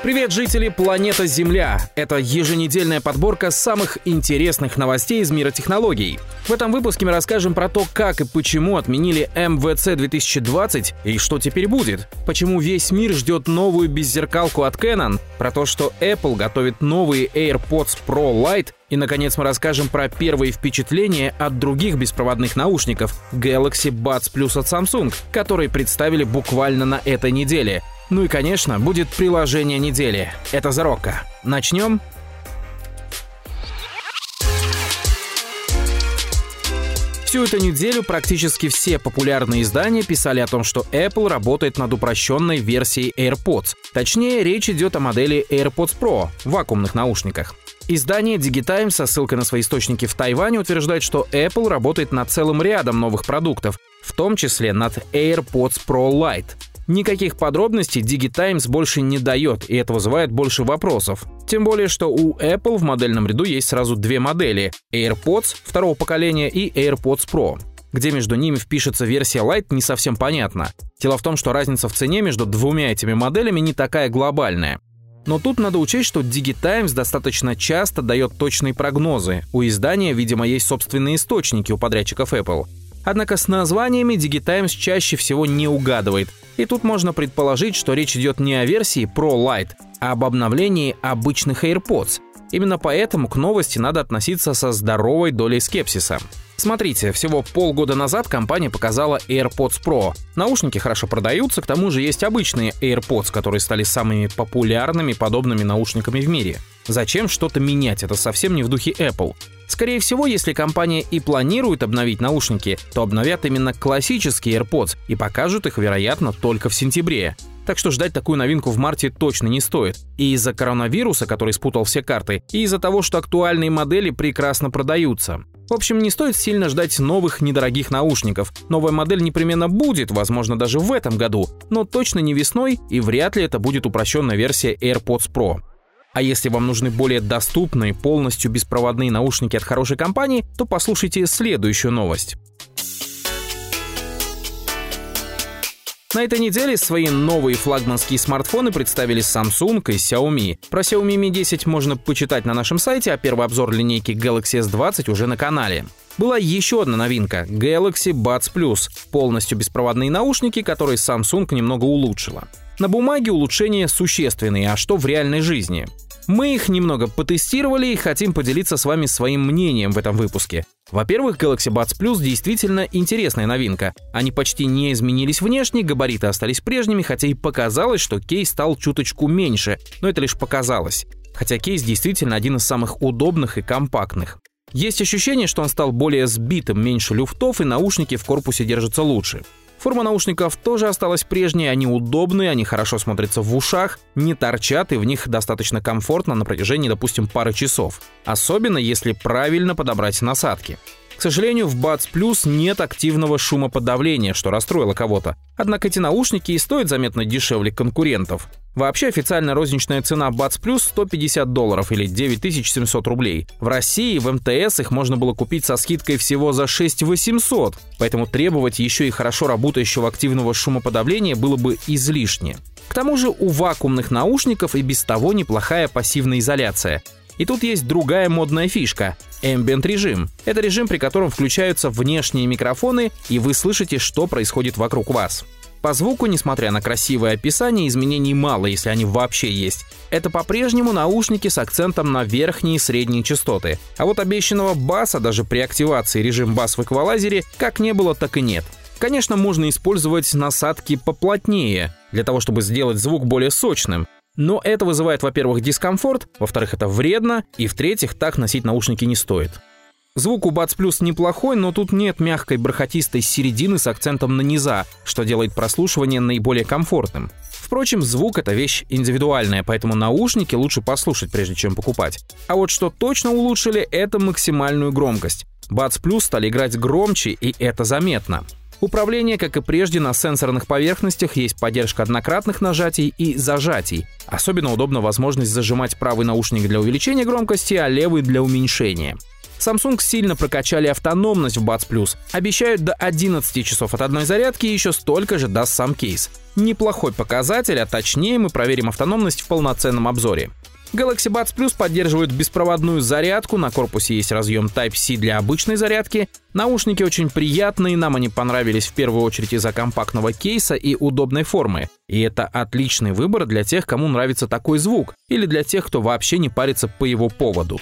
Привет, жители планеты Земля! Это еженедельная подборка самых интересных новостей из мира технологий. В этом выпуске мы расскажем про то, как и почему отменили MWC 2020 и что теперь будет, почему весь мир ждет новую беззеркалку от Canon, про то, что Apple готовит новые AirPods Pro Lite, и, наконец, мы расскажем про первые впечатления от других беспроводных наушников Galaxy Buds Plus от Samsung, которые представили буквально на этой неделе. Ну и, конечно, будет приложение недели. Это Зарокко. Начнем? Всю эту неделю практически все популярные издания писали о том, что Apple работает над упрощенной версией AirPods. Точнее, речь идет о модели AirPods Pro в вакуумных наушниках. Издание DigiTimes со ссылкой на свои источники в Тайване утверждает, что Apple работает над целым рядом новых продуктов, в том числе над AirPods Pro Lite. Никаких подробностей DigiTimes больше не дает, и это вызывает больше вопросов. Тем более, что у Apple в модельном ряду есть сразу две модели – AirPods второго поколения и AirPods Pro. Где между ними впишется версия Lite, не совсем понятно. Дело в том, что разница в цене между двумя этими моделями не такая глобальная. Но тут надо учесть, что DigiTimes достаточно часто дает точные прогнозы. У издания, видимо, есть собственные источники у подрядчиков Apple. Однако с названиями DigiTimes чаще всего не угадывает. И тут можно предположить, что речь идет не о версии Pro Lite, а об обновлении обычных AirPods. Именно поэтому к новости надо относиться со здоровой долей скепсиса. Смотрите, всего полгода назад компания показала AirPods Pro. Наушники хорошо продаются, к тому же есть обычные AirPods, которые стали самыми популярными подобными наушниками в мире. Зачем что-то менять? Это совсем не в духе Apple. Скорее всего, если компания и планирует обновить наушники, то обновят именно классические AirPods и покажут их, вероятно, только в сентябре. Так что ждать такую новинку в марте точно не стоит. И из-за коронавируса, который спутал все карты, и из-за того, что актуальные модели прекрасно продаются. В общем, не стоит сильно ждать новых недорогих наушников. Новая модель непременно будет, возможно, даже в этом году, но точно не весной, и вряд ли это будет упрощенная версия AirPods Pro. А если вам нужны более доступные, полностью беспроводные наушники от хорошей компании, то послушайте следующую новость. На этой неделе свои новые флагманские смартфоны представили Samsung и Xiaomi. Про Xiaomi Mi 10 можно почитать на нашем сайте, а первый обзор линейки Galaxy S20 уже на канале. Была еще одна новинка – Galaxy Buds Plus – полностью беспроводные наушники, которые Samsung немного улучшила. На бумаге улучшения существенные, а что в реальной жизни? Мы их немного потестировали и хотим поделиться с вами своим мнением в этом выпуске. Во-первых, Galaxy Buds Plus действительно интересная новинка. Они почти не изменились внешне, габариты остались прежними, хотя и показалось, что кейс стал чуточку меньше, но это лишь показалось. Хотя кейс действительно один из самых удобных и компактных. Есть ощущение, что он стал более сбитым, меньше люфтов, и наушники в корпусе держатся лучше. Форма наушников тоже осталась прежней, они удобные, они хорошо смотрятся в ушах, не торчат, и в них достаточно комфортно на протяжении, допустим, пары часов. Особенно, если правильно подобрать насадки. К сожалению, в Buds Plus нет активного шумоподавления, что расстроило кого-то. Однако эти наушники и стоят заметно дешевле конкурентов. Вообще официальная розничная цена Buds Plus $150 или 9700 рублей. В России в МТС их можно было купить со скидкой всего за 6800, поэтому требовать еще и хорошо работающего активного шумоподавления было бы излишне. К тому же у вакуумных наушников и без того неплохая пассивная изоляция. И тут есть другая модная фишка – Ambient режим. Это режим, при котором включаются внешние микрофоны, и вы слышите, что происходит вокруг вас. По звуку, несмотря на красивое описание, изменений мало, если они вообще есть. Это по-прежнему наушники с акцентом на верхние и средние частоты. А вот обещанного баса даже при активации режим бас в эквалайзере как не было, так и нет. Конечно, можно использовать насадки поплотнее, для того, чтобы сделать звук более сочным. Но это вызывает, во-первых, дискомфорт, во-вторых, это вредно, и в-третьих, так носить наушники не стоит. Звук у Buds Plus неплохой, но тут нет мягкой бархатистой середины с акцентом на низа, что делает прослушивание наиболее комфортным. Впрочем, звук — это вещь индивидуальная, поэтому наушники лучше послушать, прежде чем покупать. А вот что точно улучшили — это максимальную громкость. Buds Plus стали играть громче, и это заметно. Управление, как и прежде, на сенсорных поверхностях, есть поддержка однократных нажатий и зажатий. Особенно удобна возможность зажимать правый наушник для увеличения громкости, а левый для уменьшения. Samsung сильно прокачали автономность в Buds Plus. Обещают до 11 часов от одной зарядки и еще столько же даст сам кейс. Неплохой показатель, а точнее мы проверим автономность в полноценном обзоре. Galaxy Buds Plus поддерживают беспроводную зарядку, на корпусе есть разъем Type-C для обычной зарядки. Наушники очень приятные, нам они понравились в первую очередь из-за компактного кейса и удобной формы. И это отличный выбор для тех, кому нравится такой звук, или для тех, кто вообще не парится по его поводу.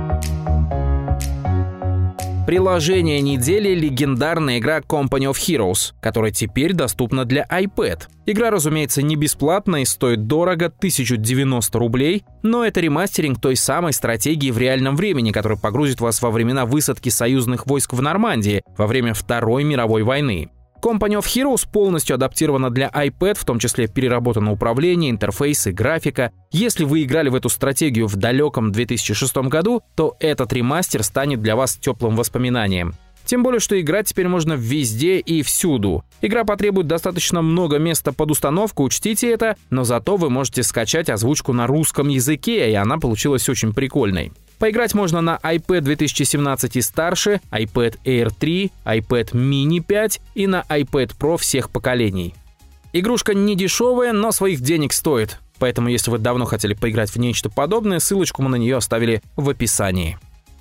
Приложение недели — легендарная игра Company of Heroes, которая теперь доступна для iPad. Игра, разумеется, не бесплатная и стоит дорого — 1090 рублей, но это ремастеринг той самой стратегии в реальном времени, которая погрузит вас во времена высадки союзных войск в Нормандии во время Второй мировой войны. Company of Heroes полностью адаптирована для iPad, в том числе переработано управление, интерфейс и графика. Если вы играли в эту стратегию в далеком 2006 году, то этот ремастер станет для вас теплым воспоминанием. Тем более, что играть теперь можно везде и всюду. Игра потребует достаточно много места под установку, учтите это, но зато вы можете скачать озвучку на русском языке, и она получилась очень прикольной. Поиграть можно на iPad 2017 и старше, iPad Air 3, iPad Mini 5 и на iPad Pro всех поколений. Игрушка не дешевая, но своих денег стоит. Поэтому, если вы давно хотели поиграть в нечто подобное, ссылочку мы на нее оставили в описании.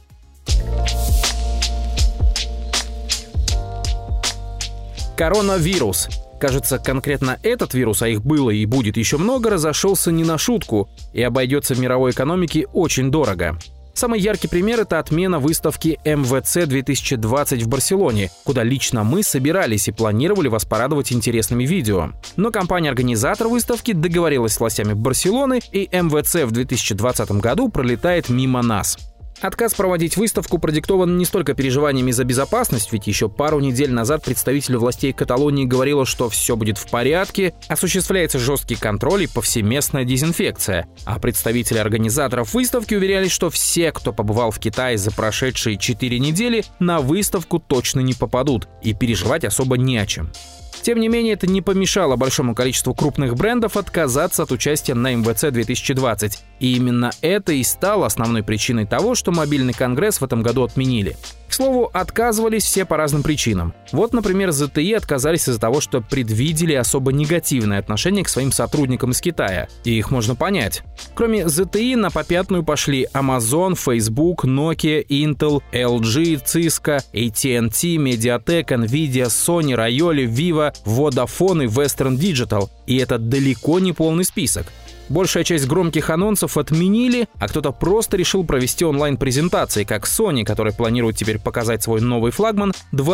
Коронавирус. Кажется, конкретно этот вирус, а их было и будет еще много, разошелся не на шутку и обойдется в мировой экономике очень дорого. Самый яркий пример — это отмена выставки МВЦ 2020 в Барселоне, куда лично мы собирались и планировали вас порадовать интересными видео. Но компания-организатор выставки договорилась с властями Барселоны, и МВЦ в 2020 году пролетает мимо нас. Отказ проводить выставку продиктован не столько переживаниями за безопасность, ведь еще пару недель назад представитель властей Каталонии говорила, что все будет в порядке, осуществляется жесткий контроль и повсеместная дезинфекция. А представители организаторов выставки уверяли, что все, кто побывал в Китае за прошедшие 4 недели, на выставку точно не попадут, и переживать особо не о чем. Тем не менее, это не помешало большому количеству крупных брендов отказаться от участия на МВЦ 2020. И именно это и стало основной причиной того, что мобильный конгресс в этом году отменили. К слову, отказывались все по разным причинам. Вот, например, ZTE отказались из-за того, что предвидели особо негативное отношение к своим сотрудникам из Китая. И их можно понять. Кроме ZTE на попятную пошли Amazon, Facebook, Nokia, Intel, LG, Cisco, AT&T, Mediatek, Nvidia, Sony, Rayoli, Vivo, Vodafone и Western Digital. И это далеко не полный список. Большая часть громких анонсов отменили, а кто-то просто решил провести онлайн-презентации, как Sony, которая планирует теперь показать свой новый флагман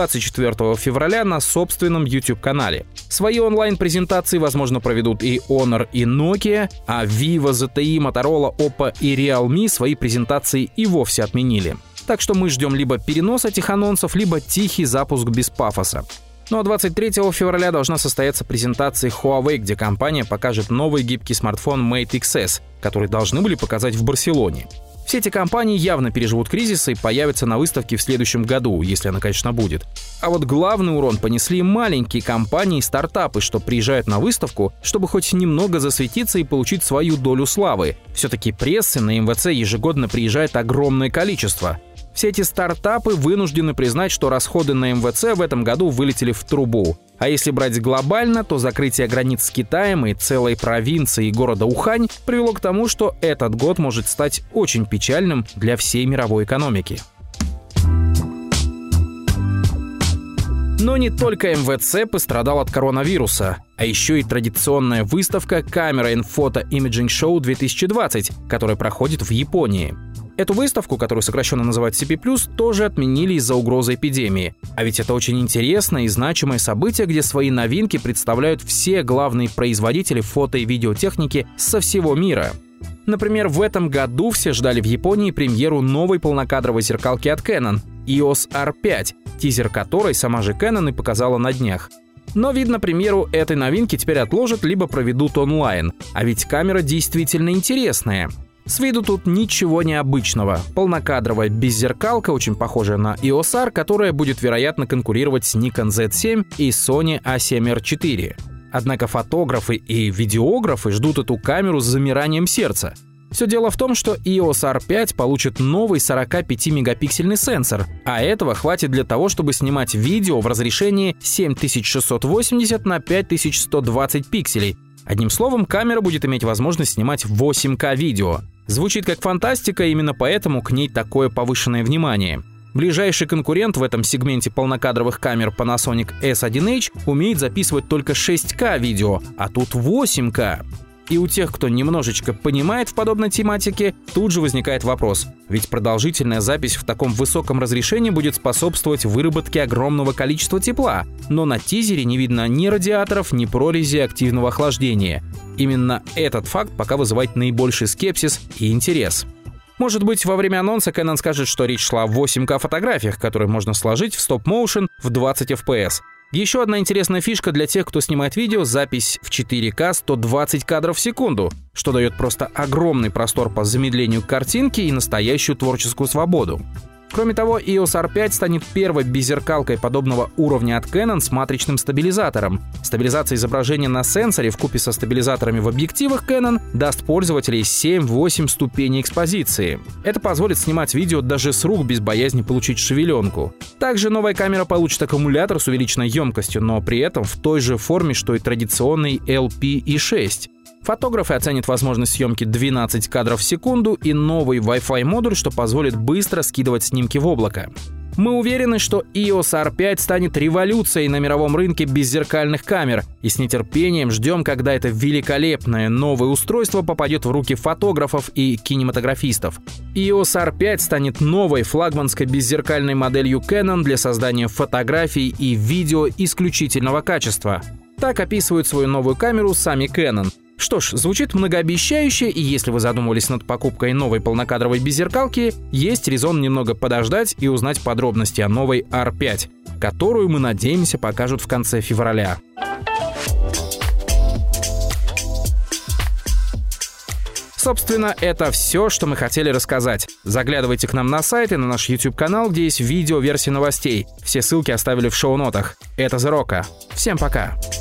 24 февраля на собственном YouTube-канале. Свои онлайн-презентации, возможно, проведут и Honor, и Nokia, а Vivo, ZTE, Motorola, Oppo и Realme свои презентации и вовсе отменили. Так что мы ждем либо перенос этих анонсов, либо тихий запуск без пафоса. Ну а 23 февраля должна состояться презентация Huawei, где компания покажет новый гибкий смартфон Mate XS, который должны были показать в Барселоне. Все эти компании явно переживут кризис и появятся на выставке в следующем году, если она, конечно, будет. А вот главный урон понесли маленькие компании и стартапы, что приезжают на выставку, чтобы хоть немного засветиться и получить свою долю славы. Все-таки прессы на МВЦ ежегодно приезжает огромное количество. Все эти стартапы вынуждены признать, что расходы на МВЦ в этом году вылетели в трубу. А если брать глобально, то закрытие границ с Китаем и целой провинции и города Ухань привело к тому, что этот год может стать очень печальным для всей мировой экономики. Но не только МВЦ пострадал от коронавируса, а еще и традиционная выставка Camera and Photo Imaging Show 2020, которая проходит в Японии. Эту выставку, которую сокращенно называют CP+, тоже отменили из-за угрозы эпидемии. А ведь это очень интересное и значимое событие, где свои новинки представляют все главные производители фото- и видеотехники со всего мира. Например, в этом году все ждали в Японии премьеру новой полнокадровой зеркалки от Canon EOS R5, тизер которой сама же Canon и показала на днях. Но, видно, премьеру этой новинки теперь отложат, либо проведут онлайн. А ведь камера действительно интересная. С виду тут ничего необычного. Полнокадровая беззеркалка, очень похожая на EOS R, которая будет, вероятно, конкурировать с Nikon Z7 и Sony A7R4. Однако фотографы и видеографы ждут эту камеру с замиранием сердца. Все дело в том, что EOS R5 получит новый 45-мегапиксельный сенсор, а этого хватит для того, чтобы снимать видео в разрешении 7680 на 5120 пикселей. Одним словом, камера будет иметь возможность снимать 8К видео. Звучит как фантастика, именно поэтому к ней такое повышенное внимание. Ближайший конкурент в этом сегменте полнокадровых камер Panasonic S1H умеет записывать только 6К видео, а тут 8К. И у тех, кто немножечко понимает в подобной тематике, тут же возникает вопрос. Ведь продолжительная запись в таком высоком разрешении будет способствовать выработке огромного количества тепла. Но на тизере не видно ни радиаторов, ни прорези активного охлаждения. Именно этот факт пока вызывает наибольший скепсис и интерес. Может быть, во время анонса Canon скажет, что речь шла о 8К фотографиях, которые можно сложить в стоп-моушен в 20 FPS. Еще одна интересная фишка для тех, кто снимает видео — запись в 4К 120 кадров в секунду, что дает просто огромный простор по замедлению картинки и настоящую творческую свободу. Кроме того, EOS R5 станет первой беззеркалкой подобного уровня от Canon с матричным стабилизатором. Стабилизация изображения на сенсоре вкупе со стабилизаторами в объективах Canon даст пользователей 7-8 ступеней экспозиции. Это позволит снимать видео даже с рук без боязни получить шевеленку. Также новая камера получит аккумулятор с увеличенной емкостью, но при этом в той же форме, что и традиционный LP-E6. Фотографы оценят возможность съемки 12 кадров в секунду и новый Wi-Fi модуль, что позволит быстро скидывать снимки в облако. Мы уверены, что EOS R5 станет революцией на мировом рынке беззеркальных камер, и с нетерпением ждем, когда это великолепное новое устройство попадет в руки фотографов и кинематографистов. EOS R5 станет новой флагманской беззеркальной моделью Canon для создания фотографий и видео исключительного качества. Так описывают свою новую камеру сами Canon. Что ж, звучит многообещающе, и если вы задумывались над покупкой новой полнокадровой беззеркалки, есть резон немного подождать и узнать подробности о новой R5, которую, мы надеемся, покажут в конце февраля. Собственно, это все, что мы хотели рассказать. Заглядывайте к нам на сайт и на наш YouTube-канал, где есть видео-версии новостей. Все ссылки оставили в шоу-нотах. Это The Rocka. Всем пока!